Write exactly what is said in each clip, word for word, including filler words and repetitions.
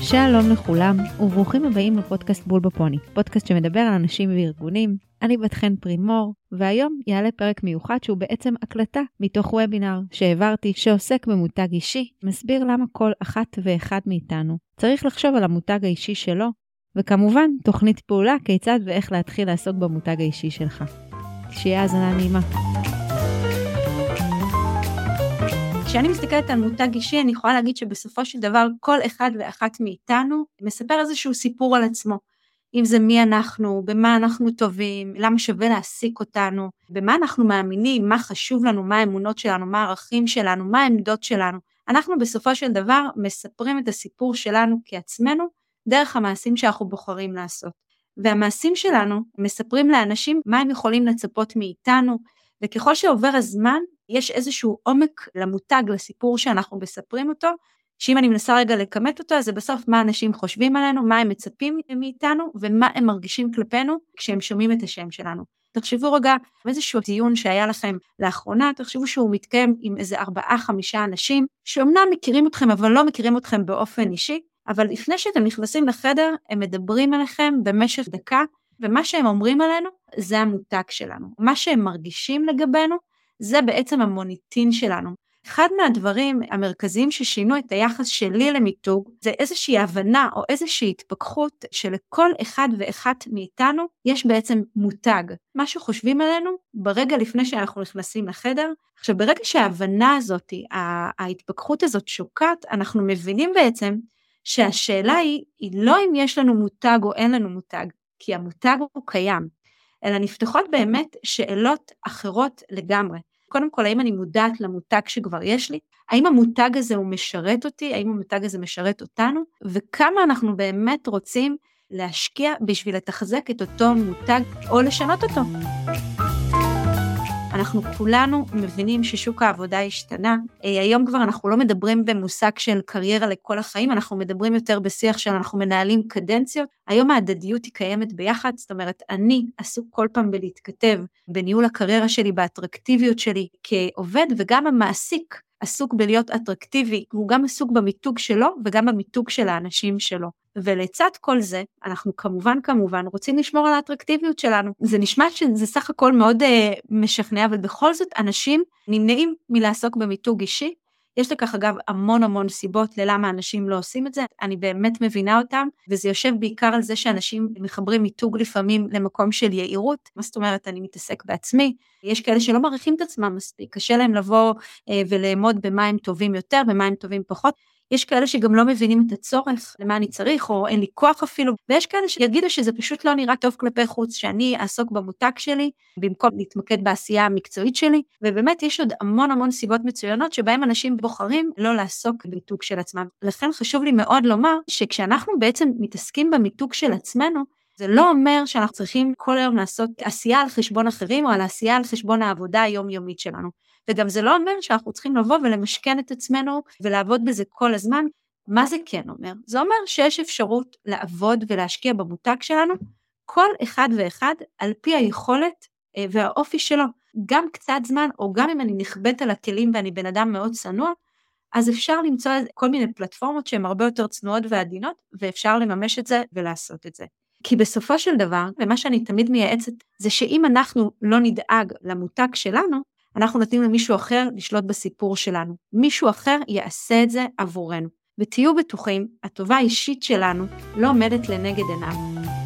שלום לכולם, וברוכים הבאים לפודקאסט בול בפוני, פודקאסט שמדבר על אנשים וארגונים. אני בת חן פרימור, והיום יעלה פרק מיוחד שהוא בעצם הקלטה מתוך וובינר שהעברתי שעוסק במותג אישי, מסביר למה כל אחת ואחד מאיתנו צריך לחשוב על המותג האישי שלו, וכמובן תוכנית פעולה כיצד ואיך להתחיל לעסוק במותג האישי שלך. שיהיה האזנה נעימה. כשאני מסתכלת על מותג אישי, אני יכולה להגיד שבסופו של דבר כל אחד ואחת מאיתנו מספר איזשהו סיפור על עצמו. אם זה מי אנחנו, במה אנחנו טובים, למה שווה להעסיק אותנו, במה אנחנו מאמינים, מה חשוב לנו, מה האמונות שלנו, מה הערכים שלנו, מה העמדות שלנו. אנחנו בסופו של דבר מספרים את הסיפור שלנו כעצמנו, דרך המעשים שאנחנו בוחרים לעשות. והמעשים שלנו מספרים לאנשים מה הם יכולים לצפות מאיתנו, וככל שעובר הזמן, יש איזשהו עומק למותג, לסיפור שאנחנו מספרים אותו, שאם אני מנסה רגע לקמת אותו, אז זה בסוף מה אנשים חושבים עלינו, מה הם מצפים מאיתנו, ומה הם מרגישים כלפינו כשהם שומעים את השם שלנו. תחשבו רגע, איזשהו דיון שהיה לכם לאחרונה, תחשבו שהוא מתקיים עם איזה ארבעה, חמישה אנשים, שאומנם מכירים אתכם, אבל לא מכירים אתכם באופן אישי, אבל לפני שאתם נכנסים לחדר, הם מדברים עליכם במשך דקה, ומה שהם אומרים עלינו, זה המותג שלנו. מה שהם מרגישים לגבינו, זה בעצם המוניטין שלנו. אחד מהדברים המרכזיים ששינו את היחס שלי למיתוג, זה איזושהי הבנה או איזושהי התפכחות שלכל אחד ואחת מאיתנו יש בעצם מותג. מה שחושבים עלינו ברגע לפני שאנחנו נכנסים לחדר. עכשיו ברגע שההבנה הזאת, ההתפכחות הזאת שוקעת, אנחנו מבינים בעצם שהשאלה היא, היא לא אם יש לנו מותג או אין לנו מותג, כי המותג הוא קיים, אלא נפתחות באמת שאלות אחרות לגמרי. קודם כל, האם אני מודעת למותג שכבר יש לי? האם המותג הזה הוא משרת אותי? האם המותג הזה משרת אותנו? וכמה אנחנו באמת רוצים להשקיע בשביל לתחזק את אותו מותג או לשנות אותו? אנחנו כולנו מבינים ששוק העבודה השתנה. היום כבר אנחנו לא מדברים במושג של קריירה לכל החיים, אנחנו מדברים יותר בשיח שאנחנו מנהלים קדנציות. היום ההדדיות היא קיימת ביחד, זאת אומרת, אני עסוק כל פעם בלהתכתב בניהול הקריירה שלי, באטרקטיביות שלי כעובד, וגם המעסיק עסוק בלהיות אטרקטיבי, הוא גם עסוק במיתוג שלו וגם במיתוג של האנשים שלו. ולצד כל זה, אנחנו כמובן כמובן רוצים לשמור על האטרקטיביות שלנו. זה נשמע שזה סך הכל מאוד uh, משכנע, אבל בכל זאת אנשים נמנעים מלעסוק במיתוג אישי. יש לכך אגב המון המון סיבות ללמה אנשים לא עושים את זה, אני באמת מבינה אותם, וזה יושב בעיקר על זה שאנשים מחברים מיתוג לפעמים למקום של יעירות. מה זאת אומרת, אני מתעסק בעצמי, יש כאלה שלא מעריכים את עצמם מספיק, קשה להם לבוא אה, ולעמוד במה הם טובים יותר, במה הם טובים פחות, יש כאלה שגם לא מבינים את הצורך, למה אני צריך, או אין לי כוח אפילו, ויש כאלה שיגידו שזה פשוט לא נראה טוב כלפי חוץ, שאני אעסוק במותג שלי, במקום להתמקד בעשייה המקצועית שלי, ובאמת יש עוד המון המון סיבות מצוינות, שבהם אנשים בוחרים לא לעסוק במיתוג של עצמם. לכן חשוב לי מאוד לומר, שכשאנחנו בעצם מתעסקים במיתוג של עצמנו, זה לא אומר שאנחנו צריכים כל היום לעשות עשייה על חשבון אחרים, או על עשייה על חשבון העבודה היומיומית שלנו. וגם זה לא אומר שאנחנו צריכים לבוא ולמשכן את עצמנו ולעבוד בזה כל הזמן. מה זה כן אומר? זה אומר שיש אפשרות לעבוד ולהשקיע במותג שלנו, כל אחד ואחד על פי היכולת והאופי שלו. גם קצת זמן, או גם אם אני נכבדת על הכלים ואני בן אדם מאוד צנוע, אז אפשר למצוא כל מיני פלטפורמות שהן הרבה יותר צנועות ועדינות, ואפשר לממש את זה ולעשות את זה. כי בסופו של דבר, ומה שאני תמיד מייעצת, זה שאם אנחנו לא נדאג למותג שלנו, אנחנו נותנים למישהו אחר לשלוט בסיפור שלנו. מישהו אחר יעשה את זה עבורנו. ותהיו בטוחים, הטובה האישית שלנו לא עומדת לנגד עיניו.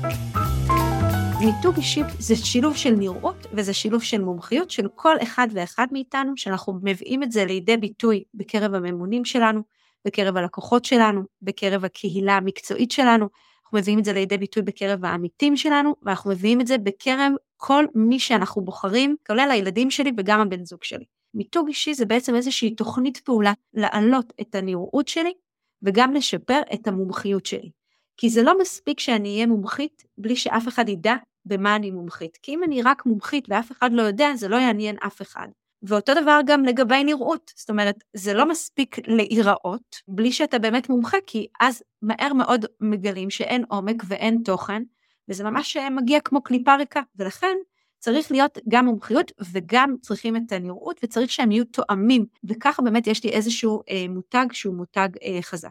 מיתוג אישי זה שילוב של נראות, וזה שילוב של מומחיות של כל אחד ואחד מאיתנו, שאנחנו מביאים את זה לידי ביטוי בקרב הממונים שלנו, בקרב הלקוחות שלנו, בקרב הקהילה המקצועית שלנו, אנחנו מביאים את זה לידי ביטוי בקרב העמיתים שלנו, ואנחנו מביאים את זה בקרב כל מי שאנחנו בוחרים, כולל הילדים שלי וגם הבן זוג שלי. מיתוג אישי זה בעצם איזושהי תוכנית פעולה, לעלות את הנראות שלי, וגם לשפר את המומחיות שלי. כי זה לא מספיק שאני אהיה מומחית, בלי שאף אחד ידע במה אני מומחית. כי אם אני רק מומחית ואף אחד לא יודע, זה לא יעניין אף אחד. ואותו דבר גם לגבי נראות, זאת אומרת, זה לא מספיק להיראות, בלי שאתה באמת מומחה, כי אז מהר מאוד מגלים שאין עומק ואין תוכן, וזה ממש מגיע כמו קליפה ריקה, ולכן צריך להיות גם מומחיות, וגם צריכים את הנראות, וצריך שהם יהיו תואמים, וככה באמת יש לי איזשהו אה, מותג שהוא מותג אה, חזק.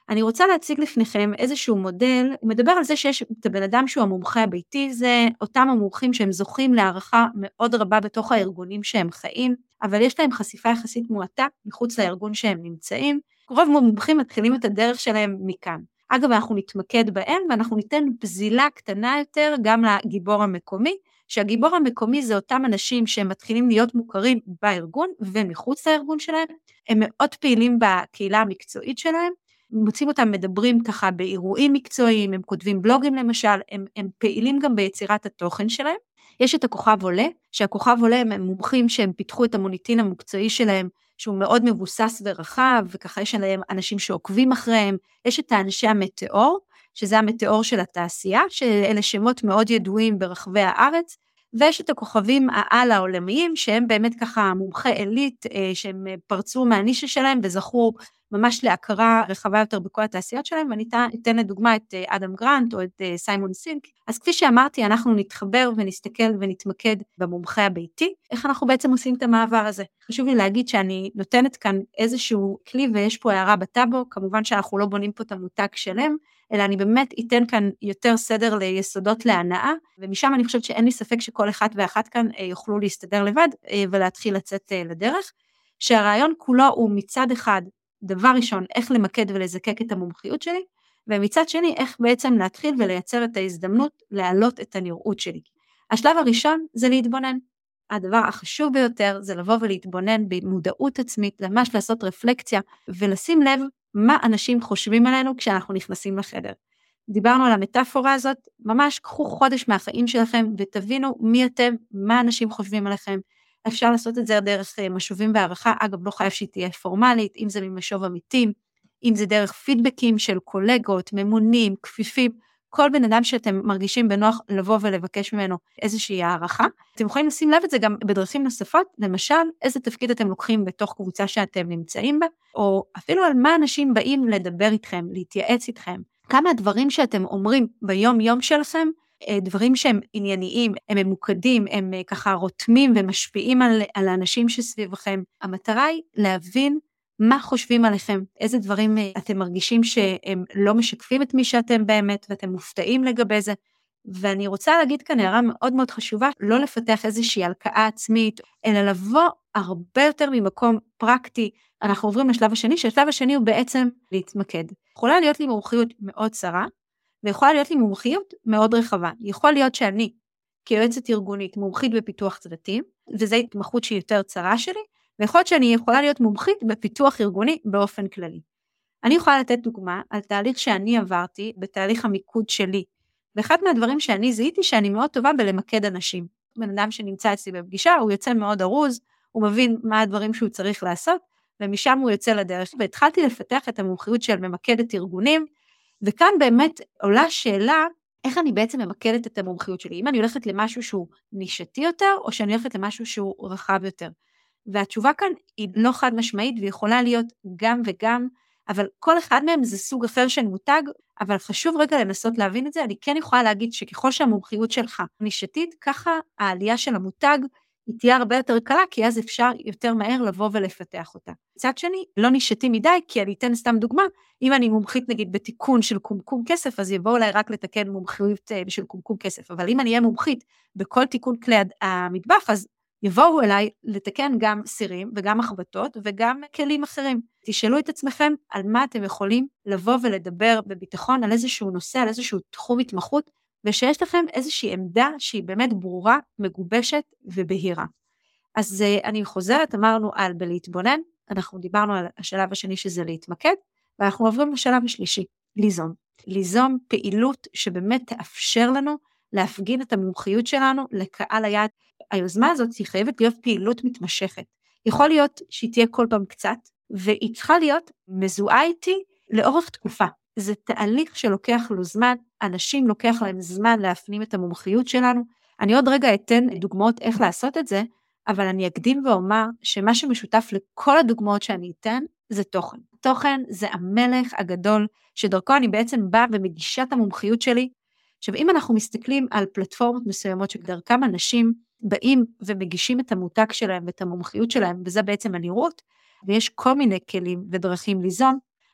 אני רוצה להציג לפניכם איזשהו מודל, הוא מדבר על זה שיש את הבן אדם שהוא המומחה הביתי, זה אותם המומחים שהם זוכים להערכה מאוד רבה בתוך הארגונים שהם חיים, אבל יש להם חשיפה יחסית מועטה מחוץ לארגון שהם נמצאים, רוב מומחים מתחילים את הדרך שלהם מכאן. אגב, אנחנו נתמקד בהם ואנחנו ניתן בזילה קטנה יותר גם לגיבור המקומי, שהגיבור המקומי זה אותם אנשים שהם מתחילים להיות מוכרים בארגון ומחוץ לארגון שלהם, הם מאוד פעילים בקהילה המקצועית שלהם, מוצאים אותם מדברים ככה באירועים מקצועיים, הם כותבים בלוגים למשל, הם, הם פעילים גם ביצירת התוכן שלהם. יש את הכוכב עולה, שהכוכב עולה הם מומחים שהם פיתחו את המוניטין המקצועי שלהם, שהוא מאוד מבוסס ורחב, וככה יש עליהם אנשים שעוקבים אחריהם. יש את האנשי המטאור, שזה המטאור של התעשייה, שאלה שמות מאוד ידועים ברחבי הארץ, ויש את הכוכבים העל העולמיים, שהם באמת ככה מומחי עילית, שהם פרצו מהנישה שלהם, וזכו ממש להכרה רחבה יותר בכל התעשיות שלהם, ואני אתן לדוגמה את אדם גרנט, או את סיימון סינק. אז כפי שאמרתי, אנחנו נתחבר ונסתכל ונתמקד במומחה הביתי, איך אנחנו בעצם עושים את המעבר הזה. חשוב לי להגיד שאני נותנת כאן איזשהו כלי, ויש פה הערה בטאבו, כמובן שאנחנו לא בונים פה את המותג שלם, אלא אני באמת אתן כאן יותר סדר ליסודות להנאה, ומשם אני חושבת שאין לי ספק שכל אחד ואחת כאן יוכלו להסתדר לבד, ולהתחיל לצאת לדרך, שהרעיון כולו הוא מצד אחד, דבר ראשון, איך למקד ולזקק את המומחיות שלי, ומצד שני, איך בעצם להתחיל ולייצר את ההזדמנות, להעלות את הנראות שלי. השלב הראשון זה להתבונן. הדבר החשוב ביותר זה לבוא ולהתבונן במודעות עצמית, ממש לעשות רפלקציה, ולשים לב מה אנשים חושבים עלינו כשאנחנו נכנסים לחדר. דיברנו על המטאפורה הזאת, ממש קחו חודש מהחיים שלכם, ותבינו מי אתם, מה אנשים חושבים עליכם. אפשר לעשות את זה דרך משובים והערכה, אגב לא חייב שהיא תהיה פורמלית, אם זה ממשוב עמיתים, אם זה דרך פידבקים של קולגות, ממונים, כפיפים, כל בן אדם שאתם מרגישים בנוח לבוא ולבקש ממנו איזושהי הערכה. אתם יכולים לשים לב את זה גם בדרכים נוספות, למשל איזה תפקיד אתם לוקחים בתוך קבוצה שאתם נמצאים בה, או אפילו על מה אנשים באים לדבר איתכם, להתייעץ איתכם. כמה הדברים שאתם אומרים ביום יום שלכם, דברים שהם ענייניים, הם ממוקדים, הם ככה רותמים ומשפיעים על, על האנשים שסביבכם. המטרה היא להבין מה חושבים עליכם, איזה דברים אתם מרגישים שהם לא משקפים את מי שאתם באמת, ואתם מופתעים לגבי זה. ואני רוצה להגיד כאן הערה מאוד מאוד חשובה, לא לפתח איזושהי הלקאה עצמית, אלא לבוא הרבה יותר ממקום פרקטי. אנחנו עוברים לשלב השני, שהשלב השני הוא בעצם להתמקד. יכולה להיות לי מומחיות מאוד צרה, ויכולה להיות לי מומחיות מאוד רחבה. יכול להיות שאני, כיועצת ארגונית, מומחית בפיתוח צוותים, וזו התמחות שהיא יותר צרה שלי, ויכול להיות שאני יכולה להיות מומחית בפיתוח ארגוני באופן כללי. אני יכולה לתת דוגמה על תהליך שאני עברתי, בתהליך המיקוד שלי, ואחד מהדברים שאני זיהיתי שאני מאוד טובה בלמקד אנשים. בן אדם שנמצא אצלי בפגישה, הוא יוצא מאוד ארוז, הוא מבין מה הדברים שהוא צריך לעשות, ומשם הוא יוצא לדרך. והתחלתי לפתח את המומחיות של ממקדת ארגונים, וכאן באמת עולה שאלה, איך אני בעצם ממקדת את המומחיות שלי? אם אני הולכת למשהו שהוא נישתי יותר, או שאני הולכת למשהו שהוא רחב יותר? והתשובה כאן היא לא חד משמעית, ויכולה להיות גם וגם, אבל כל אחד מהם זה סוג אחר של מותג, אבל חשוב רגע לנסות להבין את זה. אני כן יכולה להגיד שככל שהמומחיות שלך נישתית, ככה העלייה של המותג היא תהיה הרבה יותר קלה, כי אז אפשר יותר מהר לבוא ולפתח אותה. מצד שני, לא נישתי מדי, כי אני אתן סתם דוגמה, אם אני מומחית נגיד בתיקון של קומקום כסף, אז יבואו אליי רק לתקן מומחיות של קומקום כסף, אבל אם אני אהיה מומחית בכל תיקון כלי המטבח, אז יבואו אליי לתקן גם סירים וגם מחבטות וגם כלים אחרים. תשאלו את עצמכם על מה אתם יכולים לבוא ולדבר בביטחון על איזשהו נושא, על איזשהו תחום התמחות, ושיש לכם איזושהי עמדה שהיא באמת ברורה, מגובשת ובהירה. אז אני חוזרת, אמרנו על בלהתבונן, אנחנו דיברנו על השלב השני שזה להתמקד, ואנחנו עוברים לשלב השלישי, ליזום. ליזום פעילות שבאמת תאפשר לנו להפגין את המומחיות שלנו לקהל היעד. היוזמה הזאת היא חייבת להיות פעילות מתמשכת. יכול להיות שהיא תהיה כל פעם קצת, והיא צריכה להיות מזוהה איתי לאורך תקופה. זה תהליך שלוקח לו זמן, אנשים לוקח להם זמן להפנים את המומחיות שלנו. אני עוד רגע אתן דוגמאות איך לעשות את זה, אבל אני אקדים ואומר שמה שמשותף לכל הדוגמאות שאני אתן זה תוכן. תוכן זה המלך הגדול שדרכו אני בעצם באה ומגישה את המומחיות שלי. עכשיו אם אנחנו מסתכלים על פלטפורמות מסוימות שדרכם אנשים באים ומגישים את המותג שלהם ואת המומחיות שלהם, וזה בעצם הנראות, ויש כל מיני כלים ודרכים ליזום,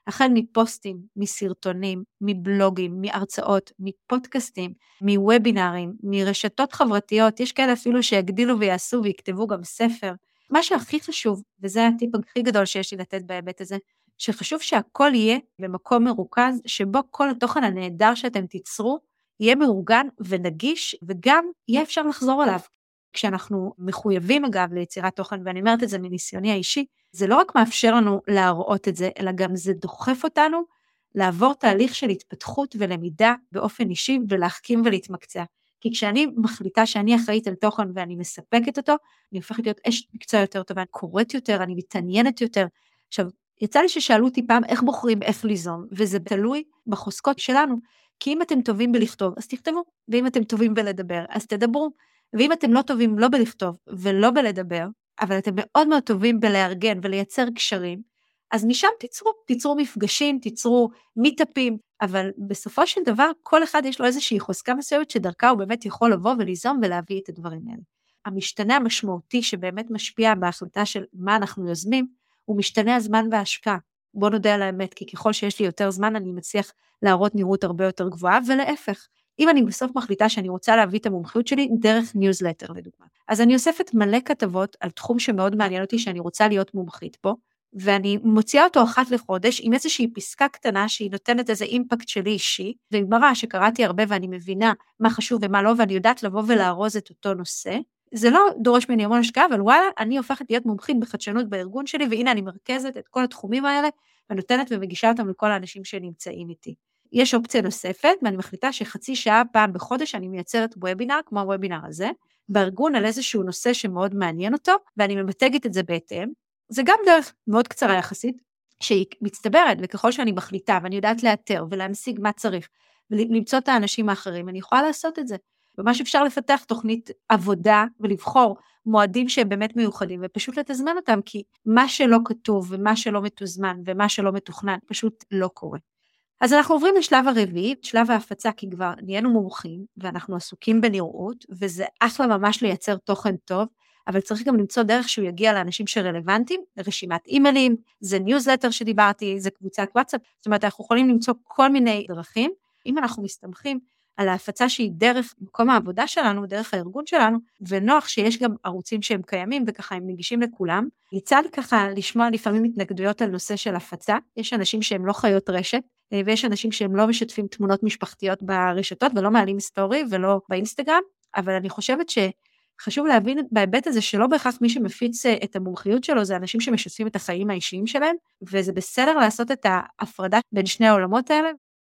החל מפוסטים, מסרטונים, מבלוגים, מהרצאות, מפודקאסטים, מוובינרים, מרשתות חברתיות, יש כאלה אפילו שיגדילו ויעשו ויכתבו גם ספר. מה שהכי חשוב, וזה הטיפ הכי גדול שיש לי לתת בהיבט הזה, שחשוב שהכל יהיה במקום מרוכז, שבו כל התוכן הנהדר שאתם תיצרו, יהיה מאורגן ונגיש, וגם יהיה אפשר לחזור עליו. כשאנחנו מחויבים אגב ליצירת תוכן, ואני אומרת את זה מניסיוני האישי, זה לא רק מאפשר לנו להראות את זה, אלא גם זה דוחף אותנו לעבור תהליך של התפתחות ולמידה באופן אישי, ולהחכים ולהתמקצע. כי כשאני מחליטה שאני אחראית על תוכן ואני מספקת אותו, אני הופכת להיות אשת מקצוע יותר טובה, אני קוראת יותר, אני מתעניינת יותר. עכשיו, יצא לי ששאלו אותי פעם איך בוחרים איך ליזום, וזה תלוי בחוזקות שלנו, כי אם אתם טובים בלכתוב, אז תכתבו, ואם אתם טובים בלדבר, אז תדברו, ואם אתם לא טובים לא בלכתוב ולא בלדבר, אבל אתם מאוד מאוד טובים בלארגן ולייצר קשרים, אז משם תיצרו, תיצרו מפגשים, תיצרו מיטאפים, אבל בסופו של דבר כל אחד יש לו איזושהי חוזקה מסוימת שדרכה הוא באמת יכול לבוא וליזום ולהביא את הדברים האלה. המשתנה המשמעותי שבאמת משפיע בהחלטה של מה אנחנו יוזמים, הוא משתנה הזמן וההשקעה. בוא נודה על האמת, כי ככל שיש לי יותר זמן אני מצליח להראות נראות הרבה יותר גבוהה, ולהפך. אם אני בסוף מחליטה שאני רוצה להביא את המומחיות שלי דרך ניוזלטר לדוגמה, אז אני אוספת מלא כתבות על תחום שמאוד מעניין אותי שאני רוצה להיות מומחית פה, ואני מוציאה אותו אחת לחודש עם איזושהי פסקה קטנה שהיא נותנת איזה אימפקט שלי אישי, והיא מראה שקראתי הרבה ואני מבינה מה חשוב ומה לא, ואני יודעת לבוא ולארוז את אותו נושא. זה לא דורש ממני המון השקעה, אבל וואלה, אני הופכת להיות מומחית בחדשנות בארגון שלי, והנה אני מרכזת את כל התחומים האלה, ונותנת ומגישה אותם לכל האנשים שנמצאים איתי. יש אופציה נוספת, ואני מחליטה שחצי שעה פעם בחודש אני מייצרת וובינר, כמו הוובינר הזה, בארגון על איזשהו נושא שמאוד מעניין אותו, ואני ממתגת את זה בהתאם. זה גם דרך מאוד קצרה יחסית, שהיא מצטברת, וככל שאני מחליטה, ואני יודעת לאתר ולהמשיג מה צריך, ולמצוא את האנשים האחרים, אני יכולה לעשות את זה. ממש אפשר לפתח תוכנית עבודה, ולבחור מועדים שהם באמת מיוחדים, ופשוט לתזמן אותם, כי מה שלא כתוב, ומה שלא מתוזמן, ומה שלא מתוכנן, פשוט לא קורה. אז אנחנו עוברים לשלב הרביעי, שלב ההפצה, כי כבר נהיינו מומחים, ואנחנו עסוקים בנראות, וזה אחלה ממש לייצר תוכן טוב, אבל צריך גם למצוא דרך שהוא יגיע לאנשים שרלוונטיים, לרשימת אימיילים, זה ניוזלטר שדיברתי, זה קבוצת וואטסאפ, זאת אומרת, אנחנו יכולים למצוא כל מיני דרכים, אם אנחנו מסתמכים על ההפצה שהיא דרך מקום העבודה שלנו, דרך הארגון שלנו, ונוח שיש גם ערוצים שהם קיימים, וככה הם נגישים לכולם. יצא לי ככה לשמוע לפעמים התנגדויות על נושא של הפצה, יש אנשים שהם לא חיות רשת, ויש אנשים שהם לא משתפים תמונות משפחתיות ברשתות, ולא מעלים סטורי ולא באינסטגרם, אבל אני חושבת שחשוב להבין בהיבט הזה שלא בהכרח מי שמפיץ את המומחיות שלו, זה אנשים שמשתפים את החיים האישיים שלהם, וזה בסדר לעשות את ההפרדה בין שני העולמות האלה.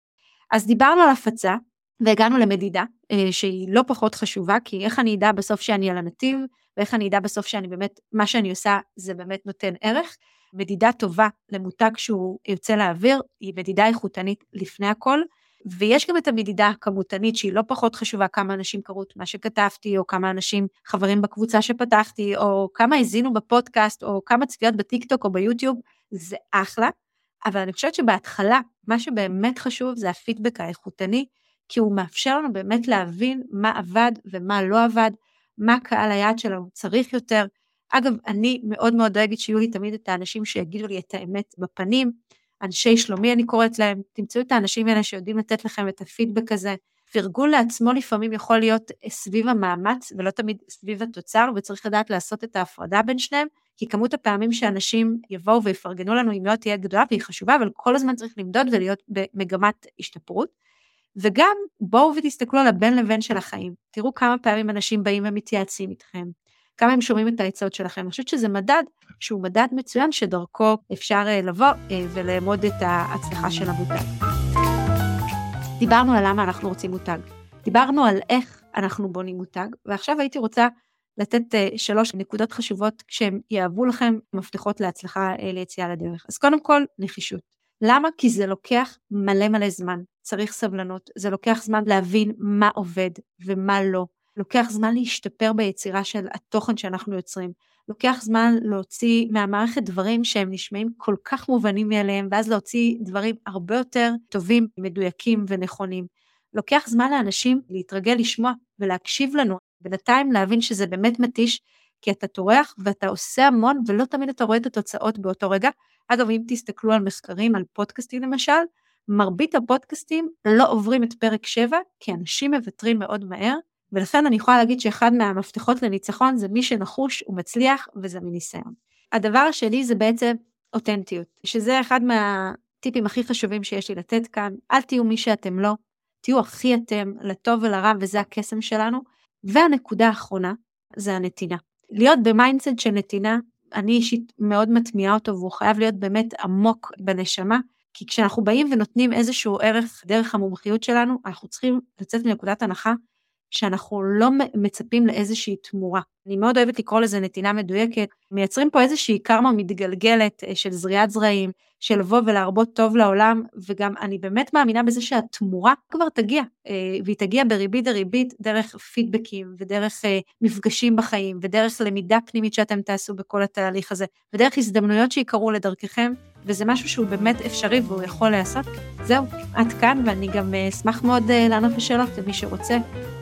אז דיברנו על הפצה, והגענו למדידה, שהיא לא פחות חשובה, כי איך אני אדע בסוף שאני על הנתיב, ואיך אני אדע בסוף שאני באמת, מה שאני עושה זה באמת נותן ערך. מדידה טובה למותג שהוא יוצא לאוויר, היא מדידה איכותנית לפני הכל, ויש גם את המדידה הכמותנית שהיא לא פחות חשובה, כמה אנשים קראו את מה שכתבתי, או כמה אנשים חברים בקבוצה שפתחתי, או כמה הזינו בפודקאסט, או כמה צפיות בטיקטוק או ביוטיוב, זה אחלה, אבל אני חושבת שבהתחלה, מה שבאמת חשוב זה הפידבק האיכותני, כי הוא מאפשר לנו באמת להבין מה עבד ומה לא עבד, מה קהל היעד שלנו צריך יותר. אגב, אני מאוד מאוד דואגת שיהיו לי תמיד את האנשים שיגידו לי את האמת בפנים, אנשי שלומי אני קוראת להם, תמצאו את האנשים האלה שיודעים לתת לכם את הפידבק הזה, וארגון לעצמו לפעמים יכול להיות סביב המאמץ, ולא תמיד סביב התוצר, וצריך לדעת לעשות את ההפרדה בין שניהם, כי כמות הפעמים שאנשים יבואו ויפרגנו לנו אם לא תהיה גדולה, והיא חשובה, אבל כל הזמן צריך למדוד ולהיות במגמת השתפרות, וגם בואו ותסתכלו על הבין לבין של החיים, תראו כמה פעמים אנשים באים ומתייעצים איתכם, כמה הם שומעים את העצות שלכם, אני חושבת שזה מדד שהוא מדד מצוין שדרכו אפשר לבוא ולעמוד את ההצלחה של המותג. דיברנו על למה אנחנו רוצים מותג, דיברנו על איך אנחנו בונים מותג, ועכשיו הייתי רוצה לתת שלוש נקודות חשובות כשהם יאהבו לכם מפתחות להצלחה ליציאה לדרך. אז קודם כל נחישות. למה? כי זה לוקח מלא מלא זמן, צריך סבלנות, זה לוקח זמן להבין מה עובד ומה לא, לוקח זמן להשתפר ביצירה של התוכן שאנחנו יוצרים, לוקח זמן להוציא מהמערכת דברים שהם נשמעים כל כך מובנים מאליהם, ואז להוציא דברים הרבה יותר טובים, מדויקים ונכונים. לוקח זמן לאנשים להתרגל לשמוע ולהקשיב לנו, בינתיים להבין שזה באמת מתיש, כי אתה טורח ואתה עושה המון, ולא תמיד אתה רואה את התוצאות באותו רגע. אגב, אם תסתכלו על מחקרים, על פודקאסטים למשל, מרבית הפודקאסטים לא עוברים את פרק שבע, כי אנשים מבטרים מאוד מהר, ולכן אני יכולה להגיד שאחד מהמפתחות לניצחון זה מי שנחוש ומצליח, וזה מניסיון. הדבר השני זה בעצם אותנטיות, שזה אחד מהטיפים הכי חשובים שיש לי לתת כאן. אל תהיו מי שאתם לא, תהיו הכי אתם, לטוב ולרע, וזה הקסם שלנו. והנקודה האחרונה זה הנתינה. להיות במיינדסט של נתינה, אני אישית מאוד מטמיעה אותו, והוא חייב להיות באמת עמוק בנשמה, כי כשאנחנו באים ונותנים איזשהו ערך דרך המומחיות שלנו, אנחנו צריכים לצאת מנקודת הנחה, שאנחנו לא מצפים לאיזושהי תמורה. אני מאוד אוהבת לקרוא לזה נתינה מדויקת, מייצרים פה איזושהי קרמה מתגלגלת של זריעת זרעים, של לבוא ולהרבות טוב לעולם, וגם אני באמת מאמינה בזה שהתמורה כבר תגיע, והיא תגיע בריבית דריבית, דרך פידבקים, ודרך מפגשים בחיים, ודרך למידה פנימית שאתם תעשו בכל התהליך הזה, ודרך הזדמנויות שיקרו לדרככם, וזה משהו שהוא באמת אפשרי והוא יכול לעשות. זהו, עד כאן, ואני גם אשמח מאוד לענות לשאלות למי שרוצה.